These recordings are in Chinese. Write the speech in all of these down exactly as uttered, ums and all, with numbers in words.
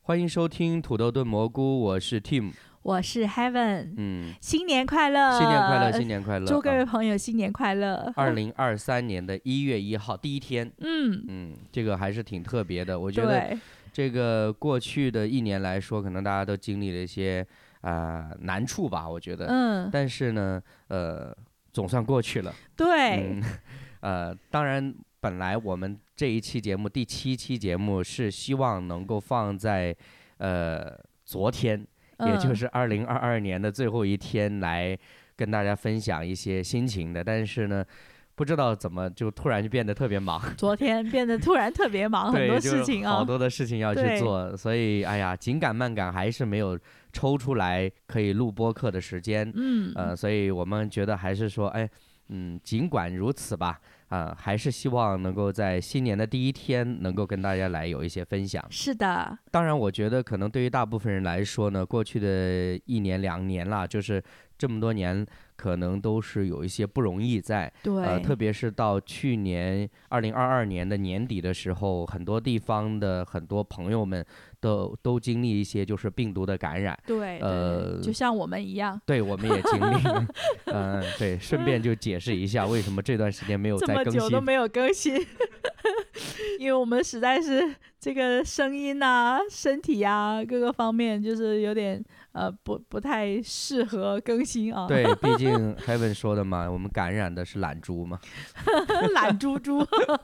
欢迎收听土豆炖蘑菇，我是 Tim， 我是 Heaven。 嗯， 新年快乐！ 新年快乐，新年快乐！ 祝各位朋友新年快乐！ 二零二三年的一月一号第一天， 嗯嗯，这个还是挺特别的。我觉得这个过去的一年来说，可能大家都经历了一些啊、呃、难处吧，我觉得， 嗯， 但是呢，呃，总算过去了。 对， 嗯、呃，当然。本来我们这一期节目第七期节目是希望能够放在，呃，昨天，也就是二零二二年的最后一天来跟大家分享一些心情的，但是呢，不知道怎么就突然就变得特别忙。 昨天变得突然特别忙，很多事情啊， 好多的事情要去做，所以哎呀，紧赶慢赶，还是没有抽出来可以录播客的时间。 嗯， 呃，所以我们觉得还是说，哎，嗯，尽管如此吧。啊、呃，还是希望能够在新年的第一天能够跟大家来有一些分享。 是的， 当然，我觉得可能对于大部分人来说呢，过去的一年两年啦，就是这么多年，可能都是有一些不容易在。 对， 呃，特别是到去年二零二二年的年底的时候，很多地方的很多朋友们都都经历一些就是病毒的感染。 对， 呃， 就像我们一样。 对，我们也经历。嗯、呃，对，顺便就解释一下为什么这段时间没有再更新。 这么久都没有更新，因为我们实在是这个声音啊、身体啊各个方面就是有点呃不不太适合更新啊。 对，毕竟 Heaven 说的嘛，我们感染的是懒猪嘛， 懒猪猪，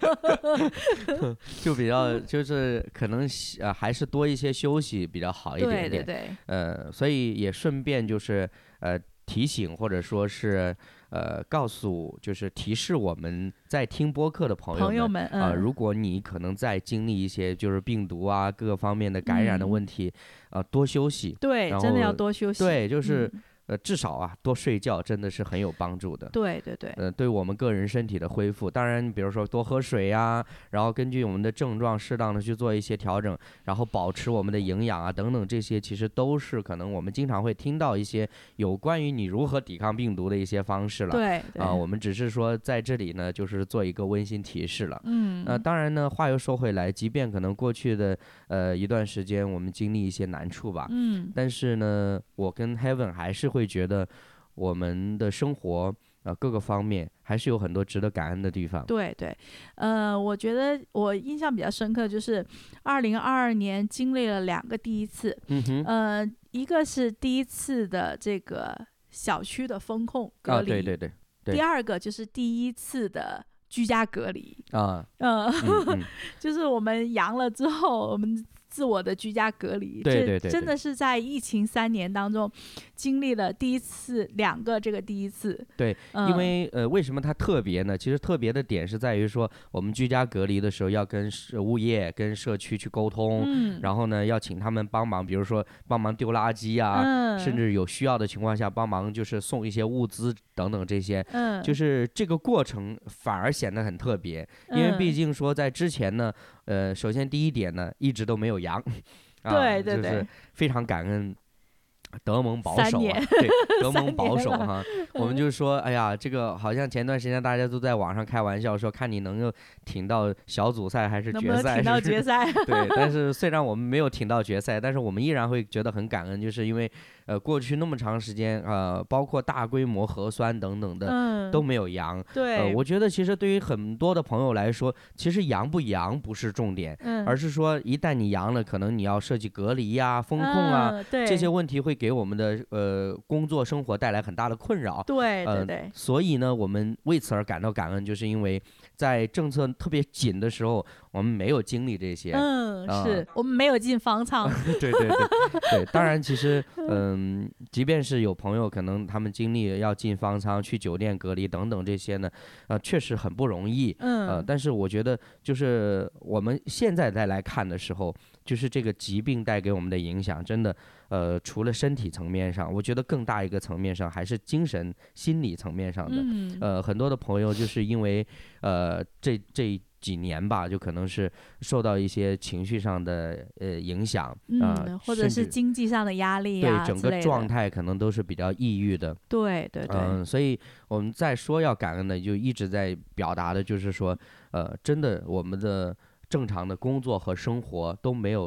就比较就是可能呃还是多一些休息比较好一点点。 对对对。 呃，所以也顺便就是呃提醒或者说是。呃，告诉就是提示我们在听播客的朋友们， 朋友们，嗯、 呃，如果你可能在经历一些就是病毒啊各个方面的感染的问题，嗯、呃，多休息， 对，真的要多休息， 对，就是。 嗯呃，至少啊，多睡觉真的是很有帮助的。 对对对。 呃，对我们个人身体的恢复，当然，比如说多喝水呀、啊，然后根据我们的症状适当的去做一些调整，然后保持我们的营养啊等等，这些其实都是可能我们经常会听到一些有关于你如何抵抗病毒的一些方式了。 对。 啊、呃，我们只是说在这里呢，就是做一个温馨提示了。 嗯。 呃，当然呢，话又说回来，即便可能过去的呃一段时间我们经历一些难处吧， 嗯， 但是呢，我跟 Heaven 还是会觉得我们的生活啊、呃、各个方面还是有很多值得感恩的地方。 对对，呃，我觉得我印象比较深刻就是二零二二年经历了两个第一次， 嗯哼， 呃，一个是第一次的这个小区的封控隔离， 啊，对对对对， 第二个就是第一次的居家隔离啊， 呃、 嗯嗯就是我们阳了之后，我们自我的居家隔离， 对对对对， 真的是在疫情三年当中经历了第一次两个这个第一次。 对， 嗯、 因为呃，为什么它特别呢？其实特别的点是在于说，我们居家隔离的时候要跟物业、跟社区去沟通， 嗯、 然后呢，要请他们帮忙，比如说帮忙丢垃圾啊， 嗯、 甚至有需要的情况下帮忙就是送一些物资等等这些， 嗯， 就是这个过程反而显得很特别，因为毕竟说在之前呢，呃，首先第一点呢，一直都没有阳。啊、 对对对， 就是非常感恩德蒙保守啊，对，德蒙保守哈。我们就说，哎呀，这个好像前段时间大家都在网上开玩笑说，看你能够挺到小组赛还是决赛， 能不能挺到决赛？ 对，但是虽然我们没有挺到决赛，但是我们依然会觉得很感恩，就是因为呃过去那么长时间，呃，包括大规模核酸等等的、 嗯、 都没有阳。 对、 呃，我觉得其实对于很多的朋友来说，其实阳不阳不是重点， 嗯、 而是说一旦你阳了，可能你要设计隔离呀、风控啊、 嗯、对， 这些问题会给我们的呃工作生活带来很大的困扰。 对对对、 呃，所以呢，我们为此而感到感恩，就是因为在政策特别紧的时候，我们没有经历这些。 嗯， 呃、 是我们没有进方舱。 对对对对，当然其实嗯、呃，即便是有朋友可能他们经历要进方舱、去酒店隔离等等这些呢，呃，确实很不容易。 嗯， 呃，但是我觉得就是我们现在再来看的时候，就是这个疾病带给我们的影响，真的，呃，除了身体层面上，我觉得更大一个层面上还是精神、心理层面上的。 嗯、 呃，很多的朋友就是因为呃这这几年吧，就可能是受到一些情绪上的呃影响啊、 嗯，或者是经济上的压力啊， 对，整个状态可能都是比较抑郁的。 对对对， 嗯，所以我们在说要感恩的，就一直在表达的就是说，呃，真的我们的正常的工作和生活都没有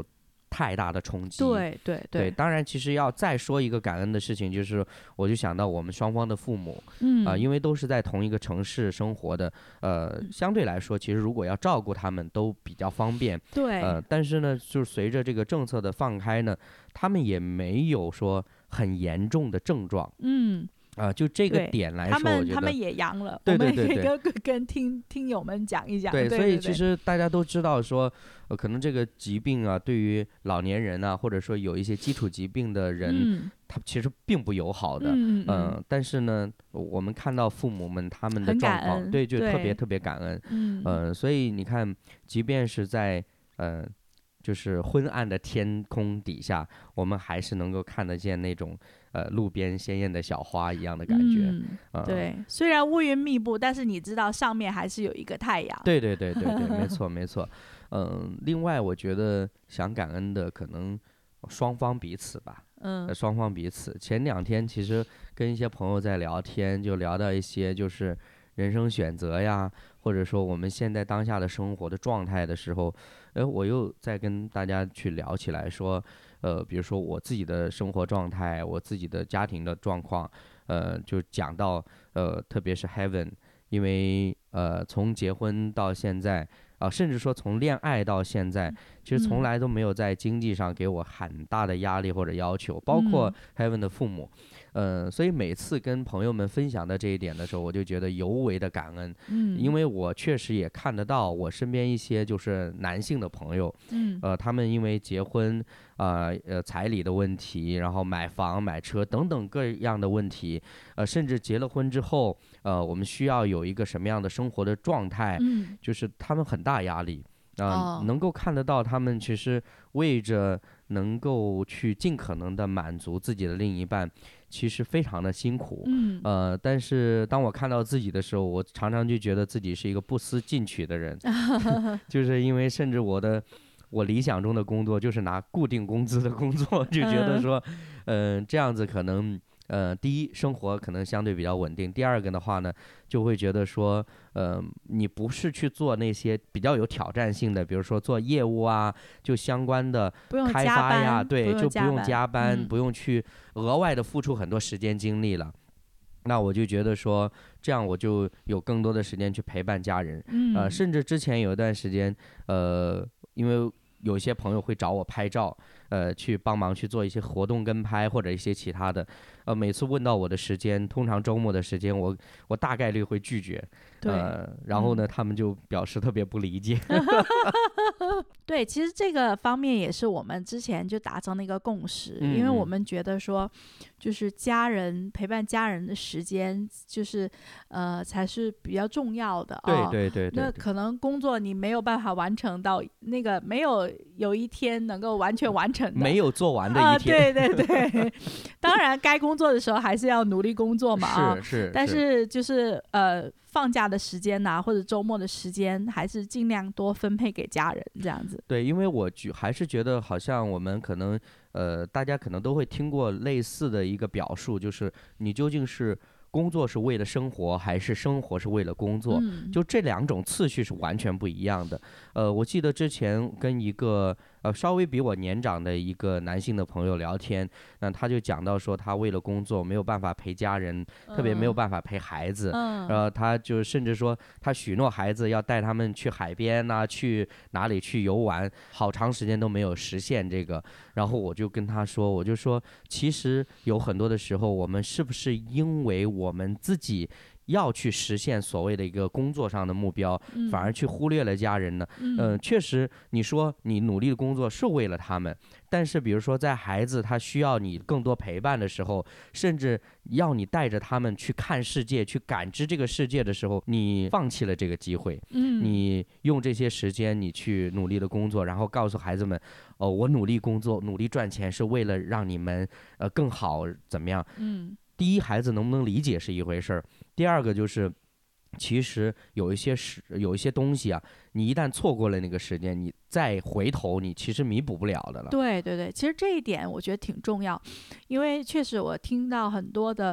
太大的冲击。 对对 对, 对，当然其实要再说一个感恩的事情，就是我就想到我们双方的父母， 嗯啊、呃，因为都是在同一个城市生活的，呃，相对来说，其实如果要照顾他们都比较方便。 对， 呃，但是呢，就是随着这个政策的放开呢，他们也没有说很严重的症状。 嗯。 啊、呃，就这个点来说， 他们我觉得他们也阳了， 对对对对， 我们也可以跟跟听听友们讲一讲。 对， 对所以其实大家都知道说，呃，可能这个疾病啊，对于老年人啊，或者说有一些基础疾病的人， 嗯、 他其实并不友好的。 嗯嗯、 呃、但是呢，我们看到父母们他们的状况，对，就特别特别感恩。 嗯， 呃，所以你看，即便是在呃。就是昏暗的天空底下，我们还是能够看得见那种呃路边鲜艳的小花一样的感觉。 嗯呃、 对，虽然乌云密布，但是你知道上面还是有一个太阳。 对对对对对，没错没错。嗯、呃，另外我觉得想感恩的可能双方彼此吧。 嗯， 双方彼此。前两天其实跟一些朋友在聊天，就聊到一些就是人生选择呀，或者说我们现在当下的生活的状态的时候，呃，我又在跟大家去聊起来说，呃，比如说我自己的生活状态，我自己的家庭的状况，呃，就讲到呃，特别是 Heaven， 因为呃，从结婚到现在。啊、呃，甚至说从恋爱到现在，其实从来都没有在经济上给我很大的压力或者要求，包括 Heaven 的父母，呃，所以每次跟朋友们分享到这一点的时候，我就觉得尤为的感恩， 嗯， 因为我确实也看得到我身边一些就是男性的朋友， 嗯， 呃，他们因为结婚啊， 呃, 呃彩礼的问题，然后买房买车等等各样的问题，呃，甚至结了婚之后，呃，我们需要有一个什么样的生活的状态， 嗯， 就是他们很大压力啊、 哦， 能够看得到他们其实为着能够去尽可能的满足自己的另一半，其实非常的辛苦， 嗯， 呃，但是当我看到自己的时候，我常常就觉得自己是一个不思进取的人，就是因为甚至我的我理想中的工作就是拿固定工资的工作，就觉得说，嗯、呃，这样子可能。呃，第一，生活可能相对比较稳定；第二个的话呢，就会觉得说，呃，你不是去做那些比较有挑战性的，比如说做业务啊，就相关的开发呀，对，就不用加班， 嗯、 不用去额外的付出很多时间精力了。那我就觉得说，这样我就有更多的时间去陪伴家人。 嗯， 呃，甚至之前有一段时间，呃，因为有一些朋友会找我拍照。呃，去帮忙去做一些活动跟拍或者一些其他的，呃，每次问到我的时间，通常周末的时间，我我大概率会拒绝，呃，然后呢，嗯、他们就表示特别不理解。 对，其实这个方面也是我们之前就达成了一个共识， 嗯、 因为我们觉得说，就是家人陪伴家人的时间，就是呃才是比较重要的啊。 对对对对。 那可能工作你没有办法完成到那个，没有有一天能够完全完成。 没有做完的一天、 啊、对对对，当然该工作的时候还是要努力工作嘛啊， 是是， 但是就是呃放假的时间呐、啊，或者周末的时间，还是尽量多分配给家人这样子。 对，因为我觉还是觉得好像我们可能呃大家可能都会听过类似的一个表述，就是你究竟是工作是为了生活，还是生活是为了工作？ 嗯、 就这两种次序是完全不一样的。呃，我记得之前跟一个呃稍微比我年长的一个男性的朋友聊天，那他就讲到说，他为了工作没有办法陪家人， 嗯、 特别没有办法陪孩子， 嗯、 然后他就甚至说，他许诺孩子要带他们去海边呐、啊，去哪里去游玩，好长时间都没有实现这个。然后我就跟他说，我就说，其实有很多的时候，我们是不是因为我们自己要去实现所谓的一个工作上的目标， 嗯、 反而去忽略了家人呢？ 嗯， 呃、确实，你说你努力的工作是为了他们，但是比如说在孩子他需要你更多陪伴的时候，甚至要你带着他们去看世界，去感知这个世界的时候，你放弃了这个机会。 嗯， 你用这些时间你去努力的工作，然后告诉孩子们，哦，我努力工作，努力赚钱是为了让你们呃更好怎么样？ 嗯。 第一，孩子能不能理解是一回事儿；第二个就是，其实有一些时有一些东西啊，你一旦错过了那个时间，你再回头，你其实弥补不了的了。 对对对，其实这一点我觉得挺重要，因为确实我听到很多的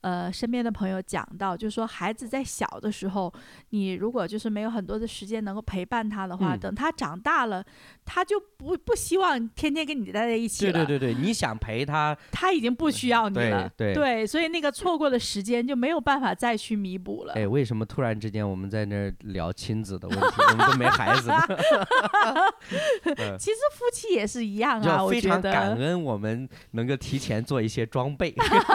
呃身边的朋友讲到，就是说孩子在小的时候，你如果就是没有很多的时间能够陪伴他的话， 嗯等他长大了，他就不不希望天天跟你待在一起了。 对对对对，你想陪他， 他已经不需要你了。 对对所以那个错过的时间就没有办法再去弥补了。 哎，为什么突然之间我们在那儿聊亲子的问题？我们都没孩子呢。 其实夫妻也是一样啊， 就非常感恩恩我们能够提前做一些装备。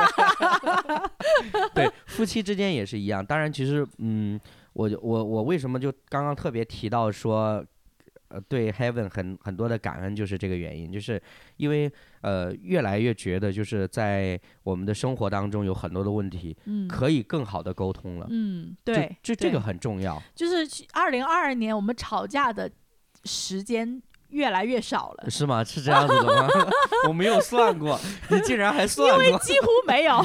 对，夫妻之间也是一样。当然，其实嗯，我我我为什么就刚刚特别提到说，呃，对 Heaven 很很多的感恩，就是这个原因，就是因为呃越来越觉得就是在我们的生活当中有很多的问题， 嗯， 可以更好的沟通了。 嗯，对， 就这个很重要。 就是二零二二年我们吵架的时间越来越少了。 是吗？是这样子的吗？我没有算过，你竟然还算过？ 因为几乎没有，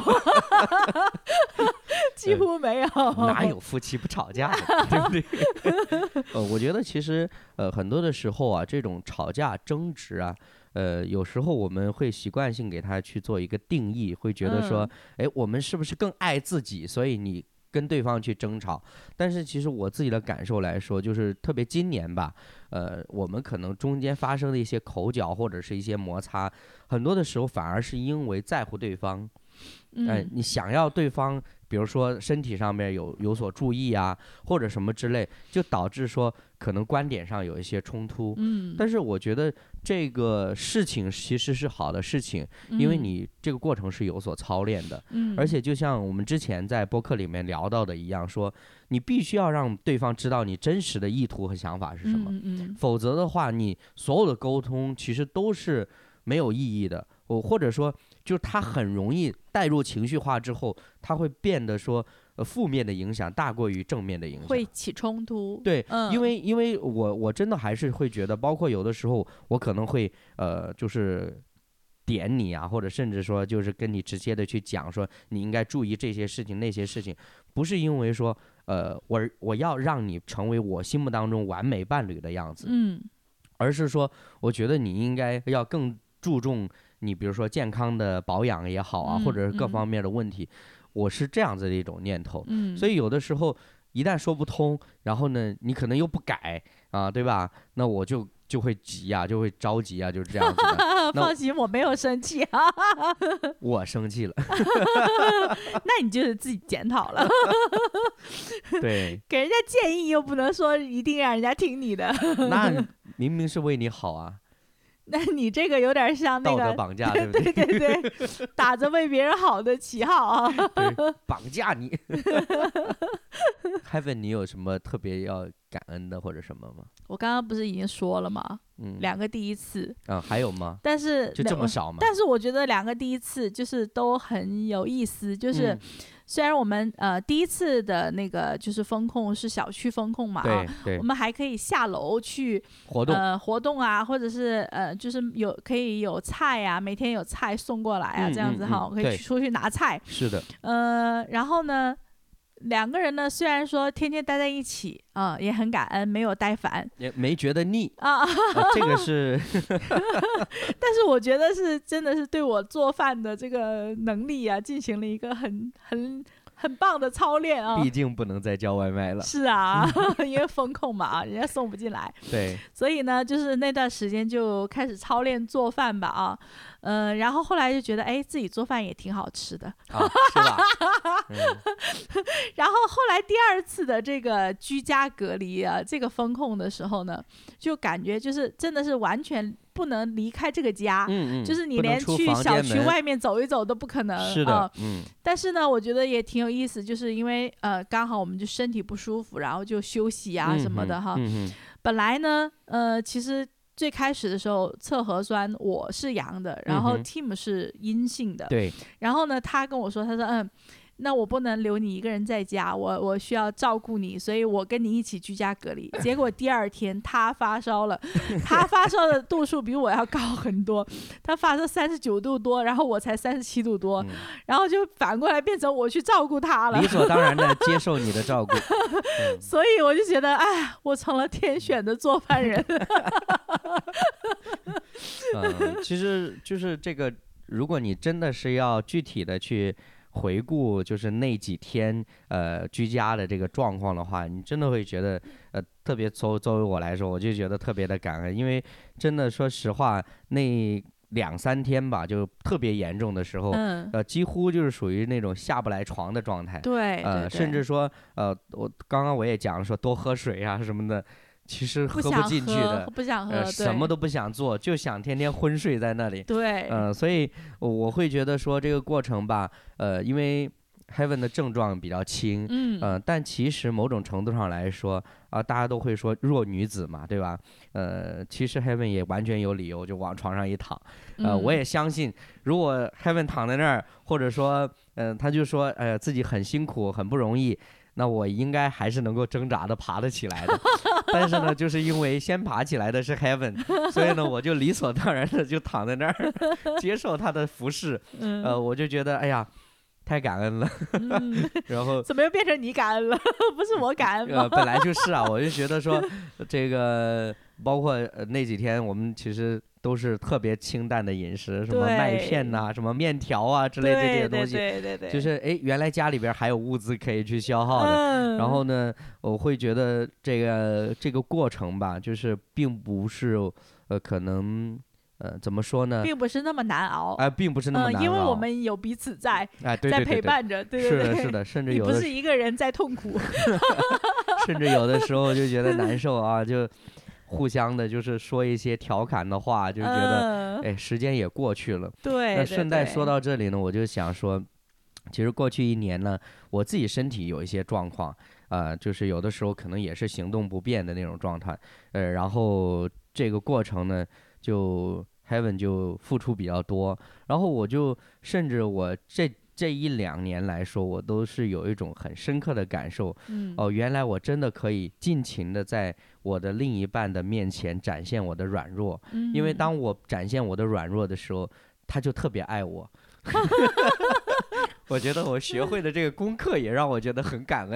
几乎没有。 哪有夫妻不吵架的，对不对？呃，我觉得其实呃很多的时候啊，这种吵架争执啊，呃，有时候我们会习惯性给他去做一个定义，会觉得说，哎、嗯，我们是不是更爱自己，所以你跟对方去争吵？但是其实我自己的感受来说，就是特别今年吧，呃，我们可能中间发生的一些口角或者是一些摩擦，很多的时候反而是因为在乎对方，哎、呃，你想要对方，比如说身体上面有有所注意啊，或者什么之类，就导致说可能观点上有一些冲突。 嗯， 但是我觉得这个事情其实是好的事情，因为你这个过程是有所操练的。 嗯， 而且就像我们之前在播客里面聊到的一样，说你必须要让对方知道你真实的意图和想法是什么， 嗯嗯， 否则的话，你所有的沟通其实都是没有意义的。我或者说，就是他很容易带入情绪化之后，他会变得说，呃，负面的影响大过于正面的影响， 会起冲突。 对， 嗯、 因为因为我我真的还是会觉得，包括有的时候我可能会呃，就是点你啊，或者甚至说就是跟你直接的去讲说，你应该注意这些事情那些事情，不是因为说呃，我我要让你成为我心目当中完美伴侣的样子， 嗯， 而是说，我觉得你应该要更注重你，比如说健康的保养也好啊， 嗯、 或者是各方面的问题，嗯、我是这样子的一种念头。 嗯， 所以有的时候一旦说不通，然后呢，你可能又不改啊，对吧？那我就就会急啊，就会着急啊，就是这样子的。 放心，我没有生气啊。 我生气了。 那你就是自己检讨了。 对， 给人家建议又不能说一定让人家听你的。 那明明是为你好啊。 那你这个有点像那个道德绑架，对不对？ 对对对，打着为别人好的旗号啊。 对，绑架你。Heaven， 你有什么特别要感恩的或者什么吗？ 我刚刚不是已经说了吗？ 嗯， 两个第一次。 啊，还有吗？ 但是就这么少吗？ 但是我觉得两个第一次就是都很有意思，就是。嗯，虽然我们呃第一次的那个就是风控是小区风控嘛， 对对， 我们还可以下楼去活动呃活动啊，或者是呃就是有可以有菜啊，每天有菜送过来啊， 嗯、 这样子哈， 嗯嗯、 可以出去拿菜。 是的。 呃，然后呢，两个人呢虽然说天天待在一起啊、呃，也很感恩，没有待烦， 也没觉得腻啊。 啊这个是， 但是我觉得是真的是对我做饭的这个能力啊，进行了一个很很。很棒的操练啊！ 毕竟不能再叫外卖了。 是啊，因为风控嘛，人家送不进来。 对。 所以呢，就是那段时间就开始操练做饭吧啊，嗯、呃，然后后来就觉得，哎，自己做饭也挺好吃的， 啊，是吧？嗯、 然后后来第二次的这个居家隔离啊，这个风控的时候呢，就感觉就是真的是完全。不能离开这个家， 嗯嗯， 就是你连去小区外面走一走都不可能。 是的， 呃、 嗯。 但是呢，我觉得也挺有意思，就是因为呃，刚好我们就身体不舒服，然后就休息啊什么的哈。 嗯嗯、 本来呢，呃，其实最开始的时候测核酸我是阳的，然后 Tim 是阴性的。 对、嗯。 然后呢，他跟我说，他说嗯。那我不能留你一个人在家，我我需要照顾你，所以我跟你一起居家隔离。结果第二天他发烧了，他发烧的度数比我要高很多，他发烧三十九度多，然后我才三十七度多、嗯，然后就反过来变成我去照顾他了， 理所当然的接受你的照顾。 嗯、所以我就觉得，哎，我成了天选的做饭人。 嗯，其实就是这个，如果你真的是要具体的去。 回顾就是那几天呃居家的这个状况的话，你真的会觉得呃特别作作为我来说，我就觉得特别的感恩，因为真的说实话那两三天吧，就特别严重的时候， 嗯， 呃，几乎就是属于那种下不来床的状态， 对， 呃， 对对甚至说，呃，我刚刚我也讲了，说多喝水啊什么的，其实喝不想进去喝， 的， 不想喝， 呃， 对什么都不想做，就想天天昏睡在那里， 对， 呃，所以我会觉得说这个过程吧，呃，因为 Heaven 的症状比较轻， 嗯， 呃，但其实某种程度上来说，啊、大家都会说弱女子嘛，对吧？呃，其实 Heaven 也完全有理由就往床上一躺，呃，我嗯也相信，如果 Heaven 躺在那儿，或者说，嗯、他就说，呃，自己很辛苦，很不容易。那我应该还是能够挣扎的爬得起来的，但是呢，就是因为先爬起来的是 Heaven，所以呢，我就理所当然的就躺在那儿接受他的服侍， 嗯呃，我就觉得，哎呀，太感恩了。 嗯， 然后怎么又变成你感恩了？不是我感恩吗？ 呃，本来就是啊，我就觉得说，这个包括呃那几天我们其实都是特别清淡的饮食，什么麦片呐、什么面条啊之类这些东西， 对对对对， 就是哎，原来家里边还有物资可以去消耗的。 嗯， 然后呢，我会觉得这个这个过程吧，就是并不是呃可能呃怎么说呢？ 并不是那么难熬， 哎、并不是那么嗯， 难熬。 因为我们有彼此在， 哎，对在对对对， 陪伴着，对是的， 对对， 是的，甚至你不有的是一个人在痛苦， 甚至有的时候就觉得难受啊，就互相的就是说一些调侃的话，就觉得、 嗯， 哎，时间也过去了。 对，对那顺带对说到这里呢，我就想说，其实过去一年呢，我自己身体有一些状况，呃，就是有的时候可能也是行动不便的那种状态，呃，然后这个过程呢，就 Heaven 就付出比较多，然后我就甚至我这。这一两年来说，我都是有一种很深刻的感受， 嗯， 哦，原来我真的可以尽情的在我的另一半的面前展现我的软弱，因为嗯当我展现我的软弱的时候，他就特别爱我。我觉得我学会的这个功课也让我觉得很感恩。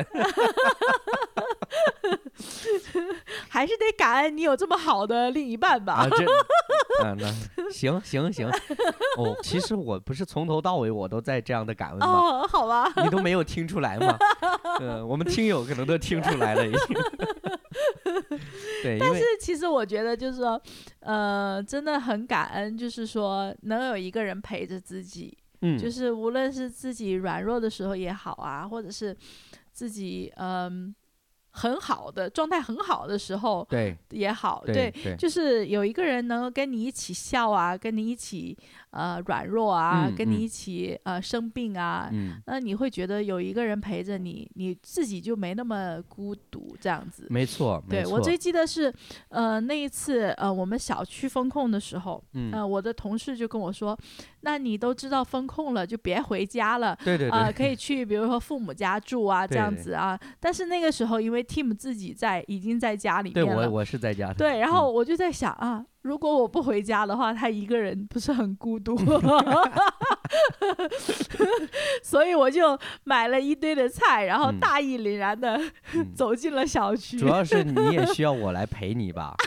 还是得感恩你有这么好的另一半吧。 啊，这，嗯、那行行行，哦，其实我不是从头到尾我都在这样的感恩吗？ 哦，好吧， 你都没有听出来吗？嗯、我们听友可能都听出来了已经。对，因为但是其实我觉得就是说，呃，真的很感恩，就是说能有一个人陪着自己， 嗯， 就是无论是自己软弱的时候也好啊，或者是自己嗯、很好的状态很好的时候对也好， 对对， 就是有一个人能够跟你一起笑啊，跟你一起呃软弱啊， 嗯跟你嗯一起呃生病啊， 嗯， 那你会觉得有一个人陪着你，你自己就没那么孤独这样子。 没错，没错， 对，我最记得是，呃，那一次，呃，我们小区封控的时候， 嗯， 呃，我的同事就跟我说，那你都知道封控了，就别回家了， 对对对， 啊、可以去，比如说父母家住啊，这样对子啊。但是那个时候，因为 Tim 自己在，已经在家里对面了， 我我是在家的， 对，然嗯后我就在想啊，如果我不回家的话，他一个人不是很孤独？所以我就买了一堆的菜，然后嗯大义凛然的、 嗯走进了小区。 主要是你也需要我来陪你吧，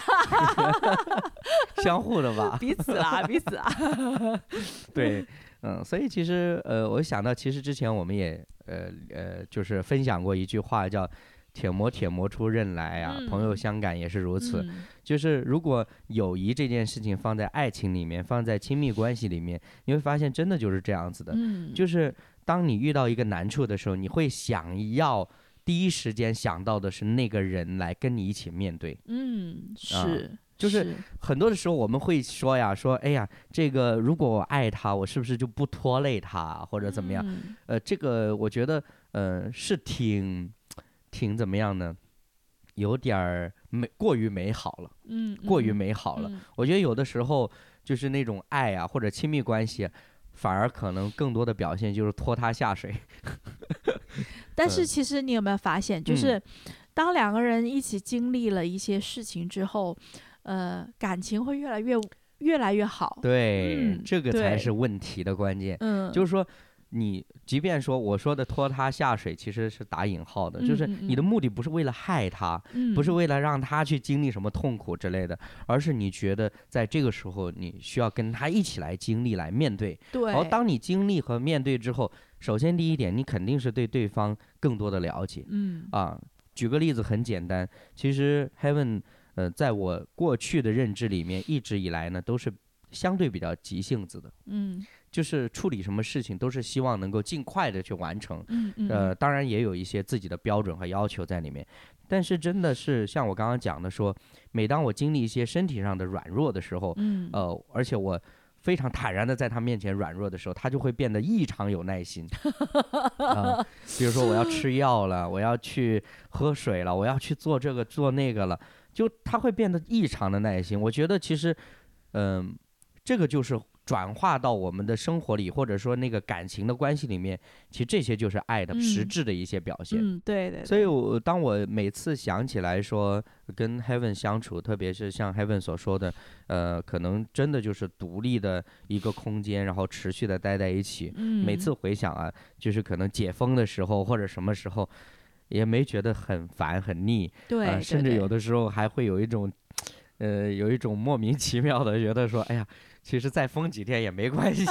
相互的吧， 彼此啦，彼此啊。 对，嗯，所以其实呃，我想到其实之前我们也呃呃，就是分享过一句话叫“铁磨铁磨出刃来”啊，朋友嗯相感也是如此。 嗯就是如果友谊这件事情放在爱情里面，放在亲密关系里面，你会发现真的就是这样子的， 嗯， 就是当你遇到一个难处的时候，你会想要第一时间想到的是那个人来跟你一起面对。 嗯是， 啊就是很多的时候我们会说呀，说哎呀，这个如果我爱他，我是不是就不拖累他，或者怎么样？ 嗯呃，这个我觉得，呃，是挺挺怎么样呢？有点儿美，过于美好了， 嗯， 过于嗯美好了。 嗯我觉得有的时候就是那种爱啊，或者亲密关系，反而可能更多的表现就是拖他下水。 但是嗯其实你有没有发现，就是当两个人一起经历了一些事情之后，呃，感情会越来越越来越好。 对， 嗯这个才对是问题的关键。 嗯， 就是说， 你即便说我说的拖他下水，其实是打引号的， 嗯就是你的目的不是为了害他， 嗯不是为了让他去经历什么痛苦之类的，而是你觉得在这个时候你需要跟他一起来经历来面对。 对， 然后当你经历和面对之后，首先第一点，你肯定是对对方更多的了解。 嗯啊，举个例子很简单，其实 Heaven 呃，在我过去的认知里面，一直以来呢都是相对比较急性子的。 嗯就是处理什么事情都是希望能够尽快的去完成， 嗯嗯呃，当然也有一些自己的标准和要求在里面，但是真的是像我刚刚讲的说，每当我经历一些身体上的软弱的时候， 嗯呃，而且我非常坦然的在他面前软弱的时候，他就会变得异常有耐心。啊、比如说我要吃药了，我要去喝水了，我要去做这个做那个了，就他会变得异常的耐心。我觉得其实，嗯、这个就是转化到我们的生活里，或者说那个感情的关系里面，其实这些就是爱的实嗯质的一些表现。 嗯，对对， 所以对我当我每次想起来说跟 Heaven 相处，特别是像 Heaven 所说的，呃，可能真的就是独立的一个空间，然后持续的待在一起。 嗯每次回想啊，就是可能解封的时候或者什么时候，也没觉得很烦很腻， 对， 呃， 对甚至对有的时候还会有一种，呃，有一种莫名其妙的觉得说，哎呀，其实再封几天也没关系。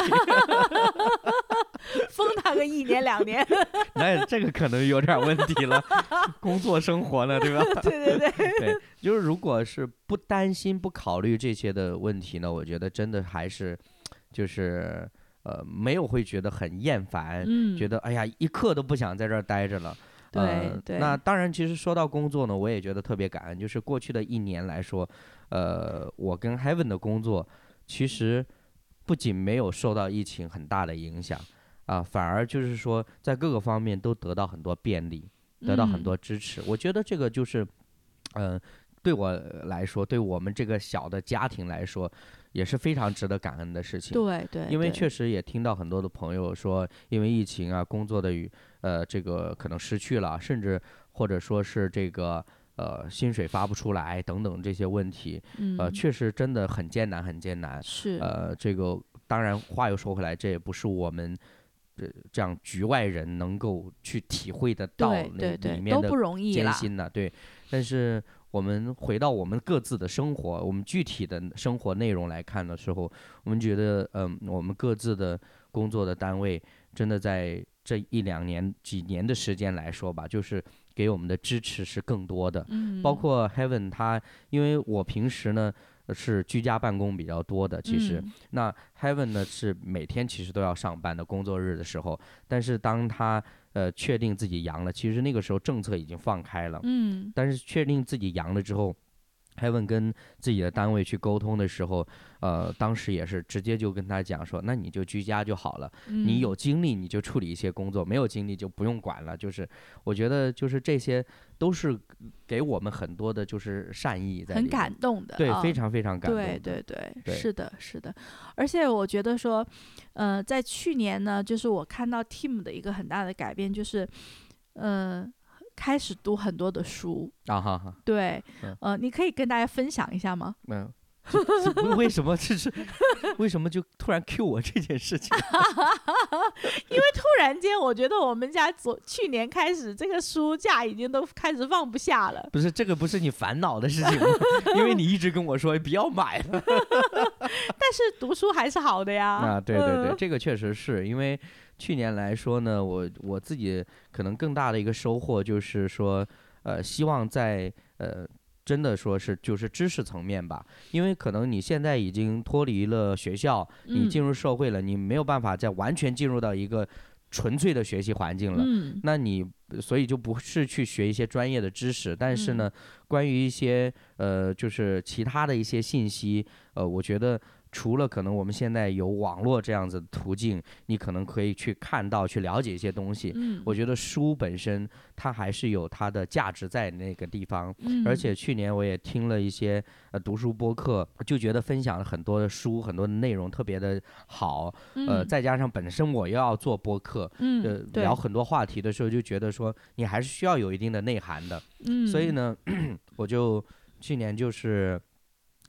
封他个一年两年， 那这个可能有点问题了，工作生活呢，对吧？ 对对对， 对，就是如果是不担心、不考虑这些的问题呢，我觉得真的还是，就是呃，没有会觉得很厌烦， 嗯， 觉得哎呀，一刻都不想在这儿待着了。 对呃， 对， 那当然，其实说到工作呢，我也觉得特别感恩，就是过去的一年来说，呃，我跟 Heaven 的工作其实不仅没有受到疫情很大的影响。啊，反而就是说，在各个方面都得到很多便利，得到很嗯多支持。我觉得这个就是，嗯、对我来说，对我们这个小的家庭来说，也是非常值得感恩的事情。 对对， 因为对确实也听到很多的朋友说，因为疫情啊，工作的与呃这个可能失去了，甚至或者说是这个呃薪水发不出来等等这些问题，呃， 嗯确实真的很艰难，很艰难。 是呃，这个当然话又说回来，这也不是我们这这样局外人能够去体会得到那对对对里面的都不容易啦， 艰辛的，对。但是我们回到我们各自的生活，我们具体的生活内容来看的时候，我们觉得，嗯，我们各自的工作的单位真的在这一两年、几年的时间来说吧，就是给我们的支持是更多的。 嗯， 包括 Heaven 他，因为我平时呢是居家办公比较多的，其实、 嗯那 Heaven 呢是每天其实都要上班的工作日的时候，但是当他呃确定自己阳了，其实那个时候政策已经放开了， 嗯但是确定自己阳了之后。Heaven 跟自己的单位去沟通的时候，呃，当时也是直接就跟他讲说，那你就居家就好了， 嗯， 你有精力你就处理一些工作，没有精力就不用管了。就是我觉得就是这些都是给我们很多的就是善意在里很面， 感动的， 对， 啊非常非常感动的。 对对对， 对是的，是的，而且我觉得说，呃，在去年呢，就是我看到 Tim 的一个很大的改变，就是，呃，开始读很多的书。 啊哈哈， 对， 嗯呃，你可以跟大家分享一下吗？ 没有。这这为为什么这是为什么就突然 cue 我这件事情？ 因为突然间，我觉得我们家昨去年开始，这个书架已经都开始放不下了。 不是这个不是你烦恼的事情吗？因为你一直跟我说不要买了。 但是读书还是好的呀。 啊，对对对， 嗯这个确实是因为去年来说呢，我我自己可能更大的一个收获就是说，呃，希望在呃。真的说是就是知识层面吧，因为可能你现在已经脱离了学校，你嗯进入社会了，你没有办法再完全进入到一个纯粹的学习环境了。 嗯那你所以就不是去学一些专业的知识，但是呢，关于一些呃就是其他的一些信息，呃，我觉得。除了可能我们现在有网络这样子的途径，你可能可以去看到、去了解一些东西。 嗯， 我觉得书本身它还是有它的价值在那个地方。 嗯而且去年我也听了一些呃读书播客，就觉得分享了很多的书，很多的内容特别的好。呃， 嗯再加上本身我又要做播客， 嗯呃， 对聊很多话题的时候，就觉得说你还是需要有一定的内涵的。 嗯， 所以呢，我就去年就是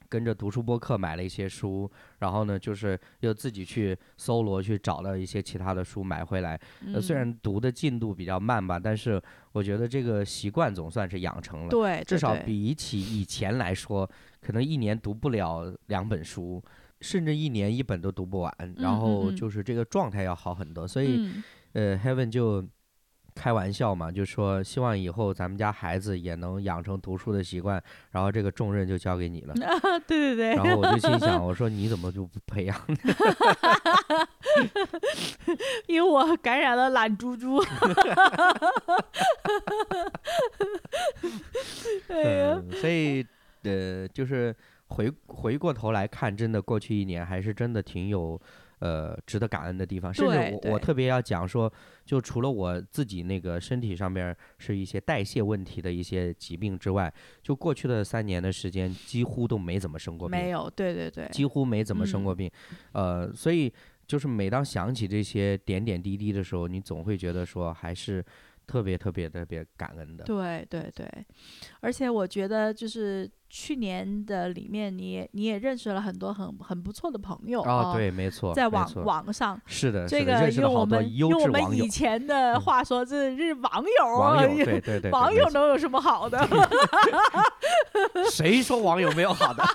跟着读书播客买了一些书，然后呢，就是又自己去搜罗去找了一些其他的书买回来。呃，虽然读的进度比较慢吧，但是我觉得这个习惯总算是养成了。 对，对至少比起以前来说，可能一年读不了两本书，甚至一年一本都读不完， 嗯然后嗯就是这个状态要好很多。所以， 嗯呃，Heaven 就开玩笑嘛，就说希望以后咱们家孩子也能养成读书的习惯，然后这个重任就交给你了。 啊，对对对。 然后我就心想，我说你怎么就不培养呢？ 因为我感染了懒猪猪。哎呀， 嗯，所以呃，就是回回过头来看，真的过去一年还是真的挺有呃值得感恩的地方。甚至对对我我特别要讲说，就除了我自己那个身体上面是一些代谢问题的一些疾病之外，就过去的三年的时间几乎都没怎么生过病， 没有，对对对， 几乎没怎么生过嗯病。呃，所以就是每当想起这些点点滴滴的时候，你总会觉得说还是特别特别特别感恩的。 对对对，而且我觉得就是去年的里面你也你也认识了很多很很不错的朋友哦， 啊， 对，没错， 在网没错， 网上。 是的， 这是的， 个用我认识了好多优们用我质网友们以。前的嗯话说，这是网友啊， 网友，对对对， 网对没错友能有什么好的？ 谁说网友没有好的？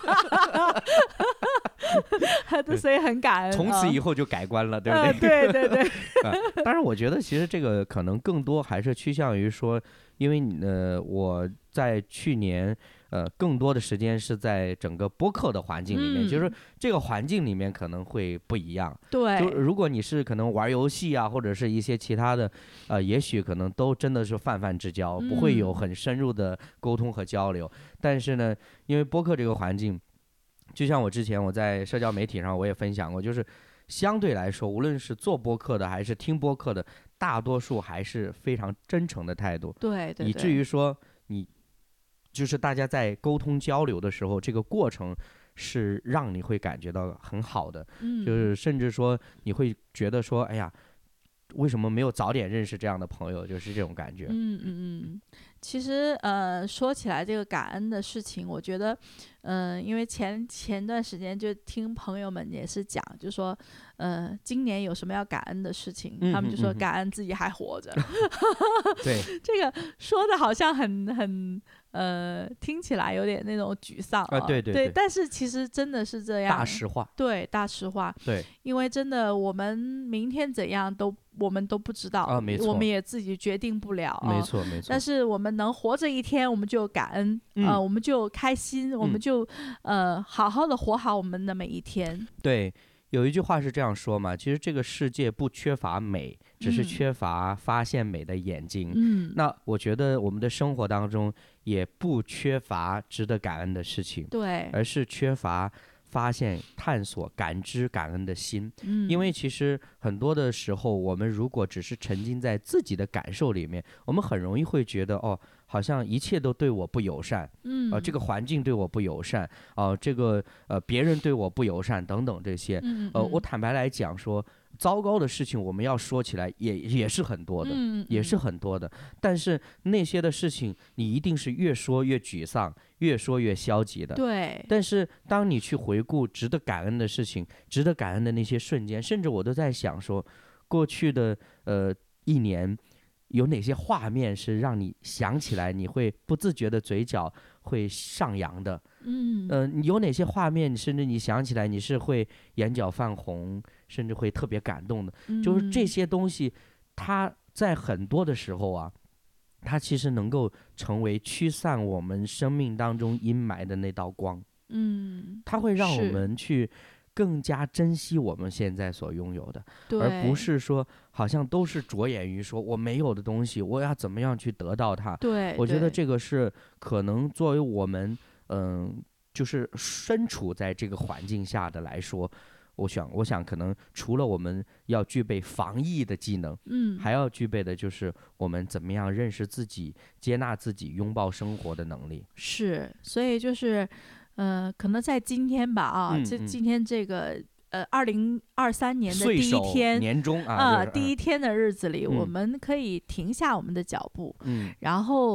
这所以很感恩。 从此以后， 后就改观了，对不呃对？ 对对对， 啊当然，我觉得其实这个可能更多还是趋向于说，因为你呃，我在去年呃更多的时间是在整个播客的环境里面，就是嗯这个环境里面可能会不一样。就对， 如果你是可能玩游戏啊，或者是一些其他的，呃，也许可能都真的是泛泛之交，不会有嗯很深入的沟通和交流。但是呢，因为播客这个环境，就像我之前我在社交媒体上我也分享过，就是相对来说，无论是做播客的还是听播客的，大多数还是非常真诚的态度， 对对， 以至对于说你就是大家在沟通交流的时候，这个过程是让你会感觉到很好的， 嗯， 就是甚至说你会觉得说，哎呀，为什么没有早点认识这样的朋友，就是这种感觉。 嗯嗯嗯，其实呃，说起来这个感恩的事情，我觉得，嗯、因为前前段时间就听朋友们也是讲，就说，呃，今年有什么要感恩的事情， 嗯他们就说嗯嗯感恩自己还活着。 对， 这个说的好像很很呃，听起来有点那种沮丧啊对对对但是其实真的是这样， 大实话， 对，大实话。 对， 因为真的，我们明天怎样都我们都不知道， 啊没错我们也自己决定不了， 没错没错。 但是我们能活着一天，我们就感恩， 嗯呃，我们就开心，我们嗯就呃好好的活好我们的每一天。 对，有一句话是这样说嘛，其实这个世界不缺乏美，只是嗯缺乏发现美的眼睛。 嗯， 那我觉得我们的生活当中也不缺乏值得感恩的事情， 对， 而是缺乏发现、探索、感知、感恩的心。 嗯， 因为其实很多的时候，我们如果只是沉浸在自己的感受里面，我们很容易会觉得，哦，好像一切都对我不友善， 嗯， 呃，这个环境对我不友善，哦、这个呃别人对我不友善等等这些。 嗯，嗯呃，我嗯坦白来讲说，糟糕的事情我们要说起来也也是很多的， 嗯也是嗯很多的。但是那些的事情，你一定是越说越沮丧，越说越消极的。 对， 但是当你去回顾值得感恩的事情，值得感恩的那些瞬间，甚至我都在想说，过去的呃一年，有哪些画面是让你想起来你会不自觉的嘴角会上扬的？ 嗯呃，你有哪些画面，甚至你想起来你是会眼角泛红，甚至会特别感动的？就是这嗯些东西，它在很多的时候啊，它其实能够成为驱散我们生命当中阴霾的那道光， 嗯， 它会让我是们去更加珍惜我们现在所拥有的， 对， 而不是说好像都是着眼于说我没有的东西，我要怎么样去得到它。 对， 我觉得对这个是可能作为我们，嗯、就是身处在这个环境下的来说，我想，我想可能除了我们要具备防疫的技能， 嗯， 还要具备的就是我们怎么样认识自己、接纳自己、拥抱生活的能力。 是，所以就是，呃，可能在今天吧，啊，这嗯嗯今天这个呃，二零二三年的第一岁首天， 年终啊， 啊， 就是第一天的日子里，我嗯们可以停下我们的脚步， 嗯然后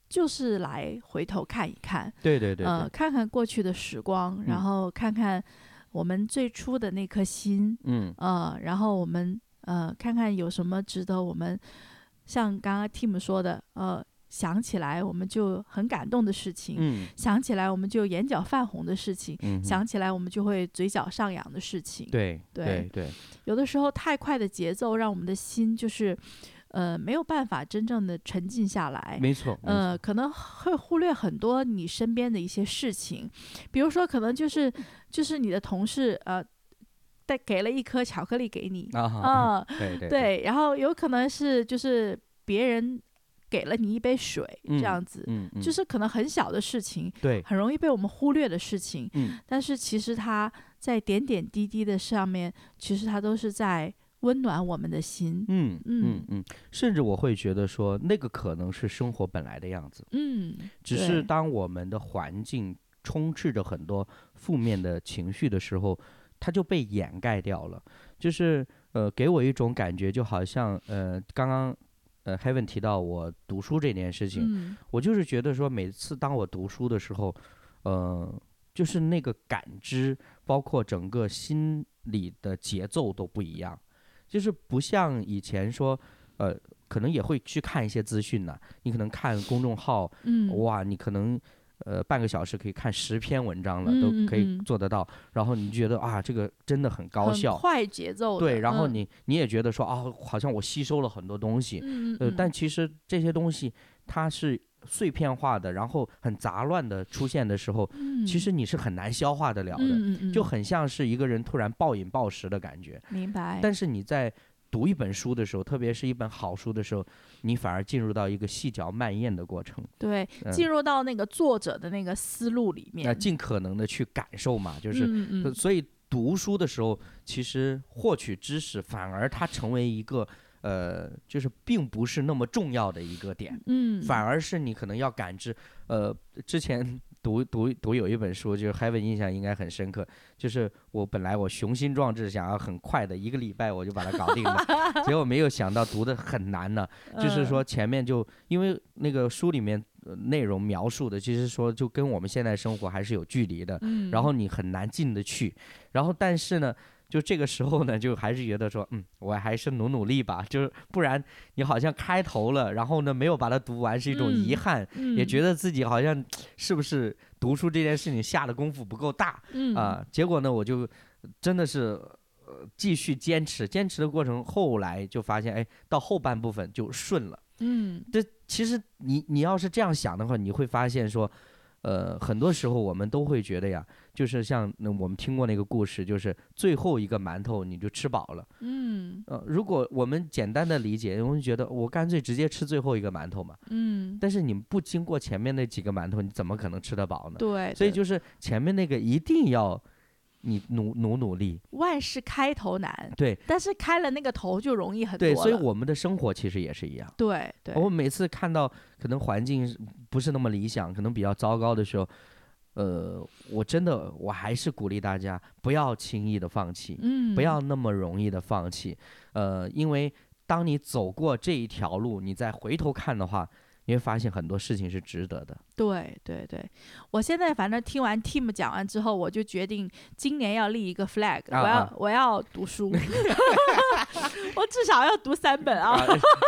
就是来回头看一看， 对对对对， 呃，看看过去的时光，然后看看我们最初的那颗心， 嗯呃，然后我们呃看看有什么值得我们像刚刚 Tim 说的，呃，想起来我们就很感动的事情， 嗯想起来我们就眼角泛红的事情， 嗯哼， 想起来我们就会嘴角上扬的事情。 对对对对， 有的时候太快的节奏让我们的心就是呃没有办法真正的沉静下来。 没错，没呃， 错， 可能会忽略很多你身边的一些事情，比如说可能就是就是你的同事呃带给了一颗巧克力给你， 啊哈， 啊、 对对对，然后有可能是就是别人给了你一杯水，这嗯样子， 嗯嗯， 就是可能很小的事情， 对， 很容易被我们忽略的事情， 嗯但是其实它在点点滴滴的上面，其实它都是在温暖我们的心。 嗯嗯嗯嗯，甚至我会觉得说，那个可能是生活本来的样子， 嗯， 只是对当我们的环境充斥着很多负面的情绪的时候，它就被掩盖掉了。就是呃，给我一种感觉，就好像呃，刚刚呃，Heaven 提到我读书这件事情， 嗯我就是觉得说，每次当我读书的时候，呃，就是那个感知，包括整个心理的节奏都不一样，就是不像以前说，呃，可能也会去看一些资讯呢，你可能看公众号， 嗯， 哇，你可能呃半个小时可以看十篇文章了， 嗯都可以嗯嗯做得到，然后你觉得啊，这个真的很高很效， 快节奏的， 对，然后嗯你你也觉得说啊，好像我吸收了很多东西，呃， 嗯嗯嗯， 但其实这些东西它是碎片化的，然后很杂乱的出现的时候， 嗯其实你是很难消化得了的， 嗯嗯嗯， 就很像是一个人突然暴饮暴食的感觉。 明白， 但是你在读一本书的时候，特别是一本好书的时候，你反而进入到一个细嚼慢咽的过程， 对， 嗯进入到那个作者的那个思路里面， 那尽可能的去感受嘛，就是， 嗯嗯所以读书的时候，其实获取知识反而它成为一个呃，就是并不是那么重要的一个点， 嗯， 反而是你可能要感知，呃，之前读读读有一本书，就是 Heaven 印象应该很深刻，就是我本来我雄心壮志想要很快的一个礼拜我就把它搞定了，结果没有想到读的很难呢，就是说前面就因为那个书里面。呃内容描述的，其实说就跟我们现在生活还是有距离的， 嗯， 然后你很难进得去，然后但是呢，就这个时候呢，就还是觉得说，嗯，我还是努努力吧，就是不然你好像开头了，然后呢没有把它读完是一种遗憾， 嗯也觉得自己好像是不是读书这件事情下的功夫不够大， 嗯啊，结果呢我就真的是。呃，继续坚持，坚持的过程，后来就发现，哎，到后半部分就顺了。 嗯这其实你你要是这样想的话，你会发现说，呃，很多时候我们都会觉得呀，就是像那我们听过那个故事，就是最后一个馒头你就吃饱了。 嗯呃，如果我们简单的理解，我们觉得我干脆直接吃最后一个馒头嘛。 嗯， 但是你不经过前面那几个馒头，你怎么可能吃得饱呢？ 对，对所以就是前面那个一定要你努努努力。 万事开头难， 对但是开了那个头就容易很多对， 了， 所以我们的生活其实也是一样。 对对， 我每次看到可能环境不是那么理想，可能比较糟糕的时候，呃，我真的我还是鼓励大家不要轻易的放弃， 嗯， 不要那么容易的放弃，呃，因为当你走过这一条路，你再回头看的话，你会发现很多事情是值得的。 对对对，我现在反正听完 Tim 讲完之后，我就决定今年要立一个 flag，、 啊、 我要啊我要读书，我至少要读三本啊！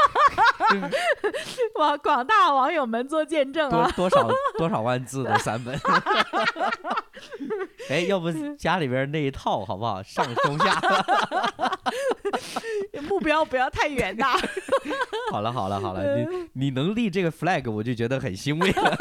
广广大网友们做见证啊！ 多多少多少万字的三本？哎，要不家里边那一套好不好？上中下。 目标不要太远大。 好了好了好了，你你能立这个 flag， 我就觉得很欣慰了。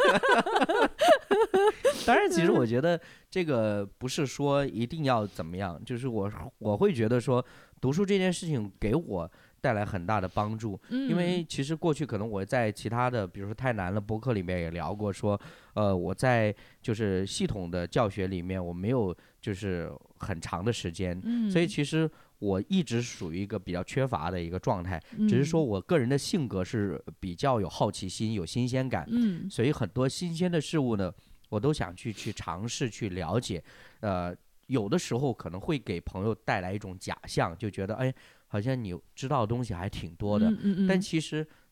当然，其实我觉得这个不是说一定要怎么样，就是我我会觉得说，读书这件事情给我带来很大的帮助。因为其实过去可能我在其他的，比如说太难了播客里面也聊过说，呃，我在就是系统的教学里面我没有就是很长的时间， 嗯， 所以其实我一直属于一个比较缺乏的一个状态， 嗯只是说我个人的性格是比较有好奇心、有新鲜感， 嗯所以很多新鲜的事物呢，我都想去去尝试、去了解。呃，有的时候可能会给朋友带来一种假象，就觉得哎，好像你知道的东西还挺多的。 嗯嗯嗯但其实，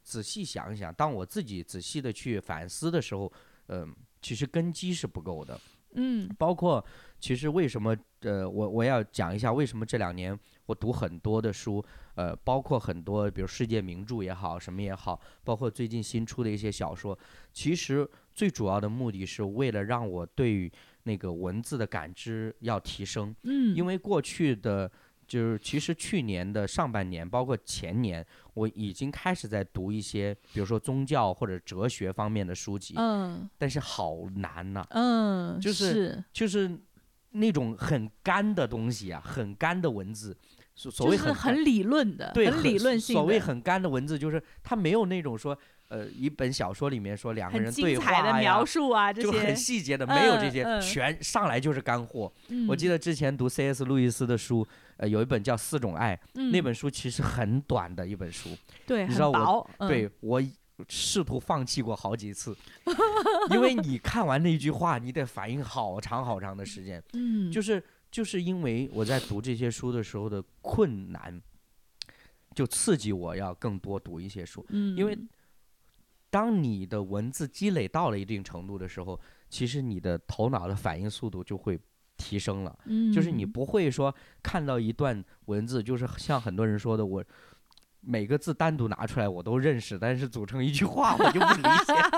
仔细想一想，当我自己仔细的去反思的时候，嗯、呃，其实根基是不够的。 嗯， 包括其实为什么呃，我我要讲一下为什么这两年我读很多的书，呃，包括很多比如世界名著也好，什么也好，包括最近新出的一些小说，其实最主要的目的是为了让我对于那个文字的感知要提升。 嗯， 因为过去的就是其实去年的上半年，包括前年，我已经开始在读一些，比如说宗教或者哲学方面的书籍， 嗯但是好难呐、 嗯， 就是是就是那种很干的东西啊，很干的文字，所所就是谓很干很理论的， 对， 很理论性的， 所谓很干的文字，就是它没有那种说，呃，一本小说里面说两个很人对精彩的话呀描，述啊，这就很些， 细节的，没有这些， 嗯嗯全上来就是干货。我记得， 得之前读 C S 路易斯的书，呃，有一本叫《四种爱》， 嗯， 那本书其实很短的一本书， 对， 你知道我很薄，嗯对我试图放弃过好几次，因为你看完那句话，你得反应好长好长的时间， 嗯， 就是就是因为我在读这些书的时候的困难，就刺激我要更多读一些书， 嗯， 因为当你的文字积累到了一定程度的时候，其实你的头脑的反应速度就会提升了， 嗯， 就是你不会说看到一段文字，就是像很多人说的我。每个字单独拿出来我都认识，但是组成一句话我就不理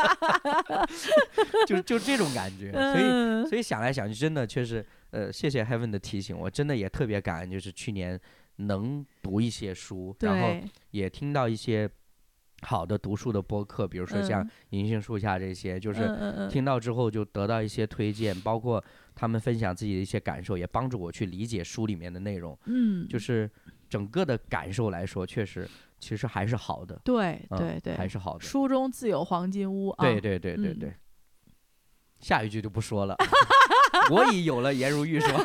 解，就就这种感觉。所以嗯所以想来想去，真的确实，呃，谢谢 Heaven 的提醒，我真的也特别感恩，就是去年能读一些书，然后对， 也听到一些好的读书的播客，比如说像嗯银杏树下这些，就是嗯嗯嗯听到之后就得到一些推荐，包括他们分享自己的一些感受，也帮助我去理解书里面的内容。 嗯， 就是整个的感受来说，确实其实还是好的， 对嗯对对， 还是好的。 书中自有黄金屋啊， 对对对对嗯对。下一句就不说了，我已有了颜如玉说。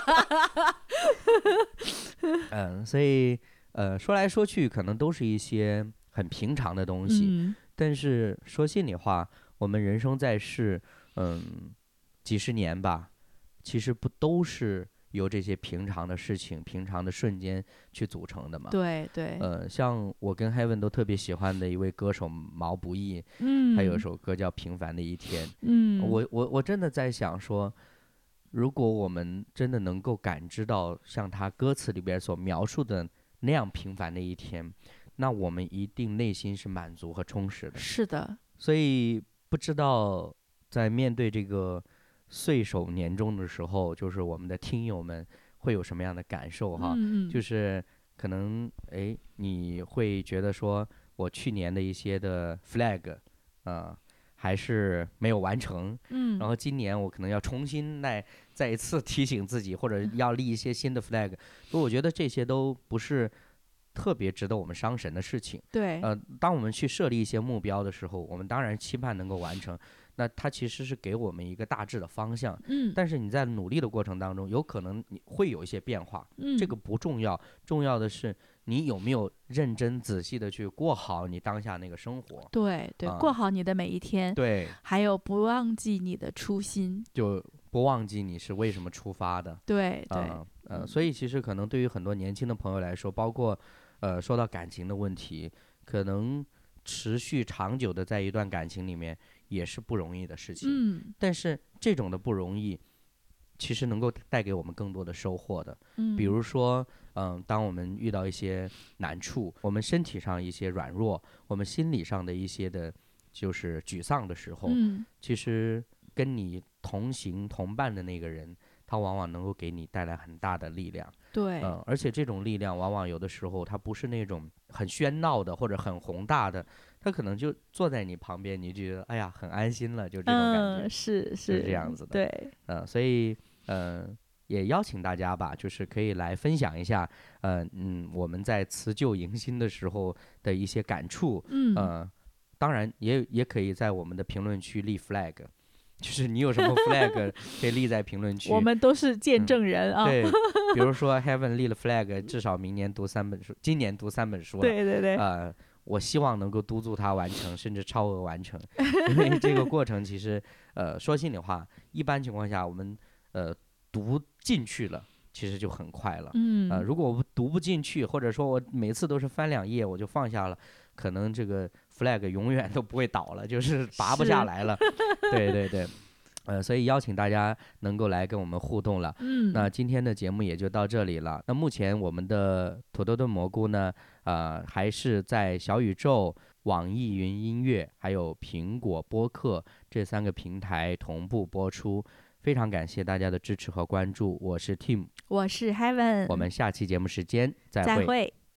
嗯，所以呃，说来说去，可能都是一些很平常的东西， 嗯但是说心里话，我们人生在世，嗯，几十年吧，其实不都是由这些平常的事情、平常的瞬间去组成的吗？ 对对， 呃，像我跟 Heaven 都特别喜欢的一位歌手毛不易， 嗯， 他有一首歌叫《平凡的一天》。 嗯， 我我我真的在想说，如果我们真的能够感知到像他歌词里边所描述的那样平凡的一天，那我们一定内心是满足和充实的。 是的， 所以不知道在面对这个岁首年终的时候，就是我们的听友们会有什么样的感受哈？ 嗯嗯， 就是可能哎，你会觉得说我去年的一些的 flag，啊、呃，还是没有完成， 嗯， 然后今年我可能要重新来再一次提醒自己，或者要立一些新的 flag。所以我觉得这些都不是特别值得我们伤神的事情。 对， 呃，当我们去设立一些目标的时候，我们当然期盼能够完成。那它其实是给我们一个大致的方向， 嗯， 但是你在努力的过程当中，有可能你会有一些变化， 嗯， 这个不重要，重要的是你有没有认真仔细的去过好你当下那个生活。 对对， 啊过好你的每一天， 对， 还有不忘记你的初心， 就不忘记你是为什么出发的。 对对， 呃呃，所以其实可能对于很多年轻的朋友来说，包括呃说到感情的问题，可能持续长久的在一段感情里面也是不容易的事情。 嗯但是这种的不容易，其实能够带给我们更多的收获的。 嗯， 比如说，嗯，当我们遇到一些难处，我们身体上一些软弱，我们心理上的一些的，就是沮丧的时候， 嗯， 其实跟你同行同伴的那个人，他往往能够给你带来很大的力量。 对， 嗯，而且这种力量往往有的时候它不是那种很喧闹的或者很宏大的，它可能就坐在你旁边，你就觉得哎呀很安心了，就这种感觉。 嗯，是就是这样子的对， 嗯，所以嗯、呃也邀请大家吧，就是可以来分享一下，呃嗯，我们在辞旧迎新的时候的一些感触。 嗯， 呃，当然也也可以在我们的评论区立 flag，就是你有什么 flag 可以立在评论区。 我们都是见嗯证人啊， 对，比如说 Heaven 立了 flag，至少明年读三本书，今年读三本书了。 对对对， 呃，我希望能够督促他完成，甚至超额完成，因为这个过程其实，呃，说心里话，一般情况下我们呃读进去了，其实就很快了。 嗯， 呃，如果我读不进去，或者说我每次都是翻两页我就放下了， 可能这个 flag 永远都不会倒了，就是拔不下来了。对对对。呃，所以邀请大家能够来跟我们互动了。 嗯， 那今天的节目也就到这里了。那目前我们的土豆炖蘑菇呢，呃，还是在小宇宙、网易云音乐还有苹果播客这三个平台同步播出。非常感谢大家的支持和关注，我是 Tim， 我是 Heaven， 我们下期节目时间再会。 再会。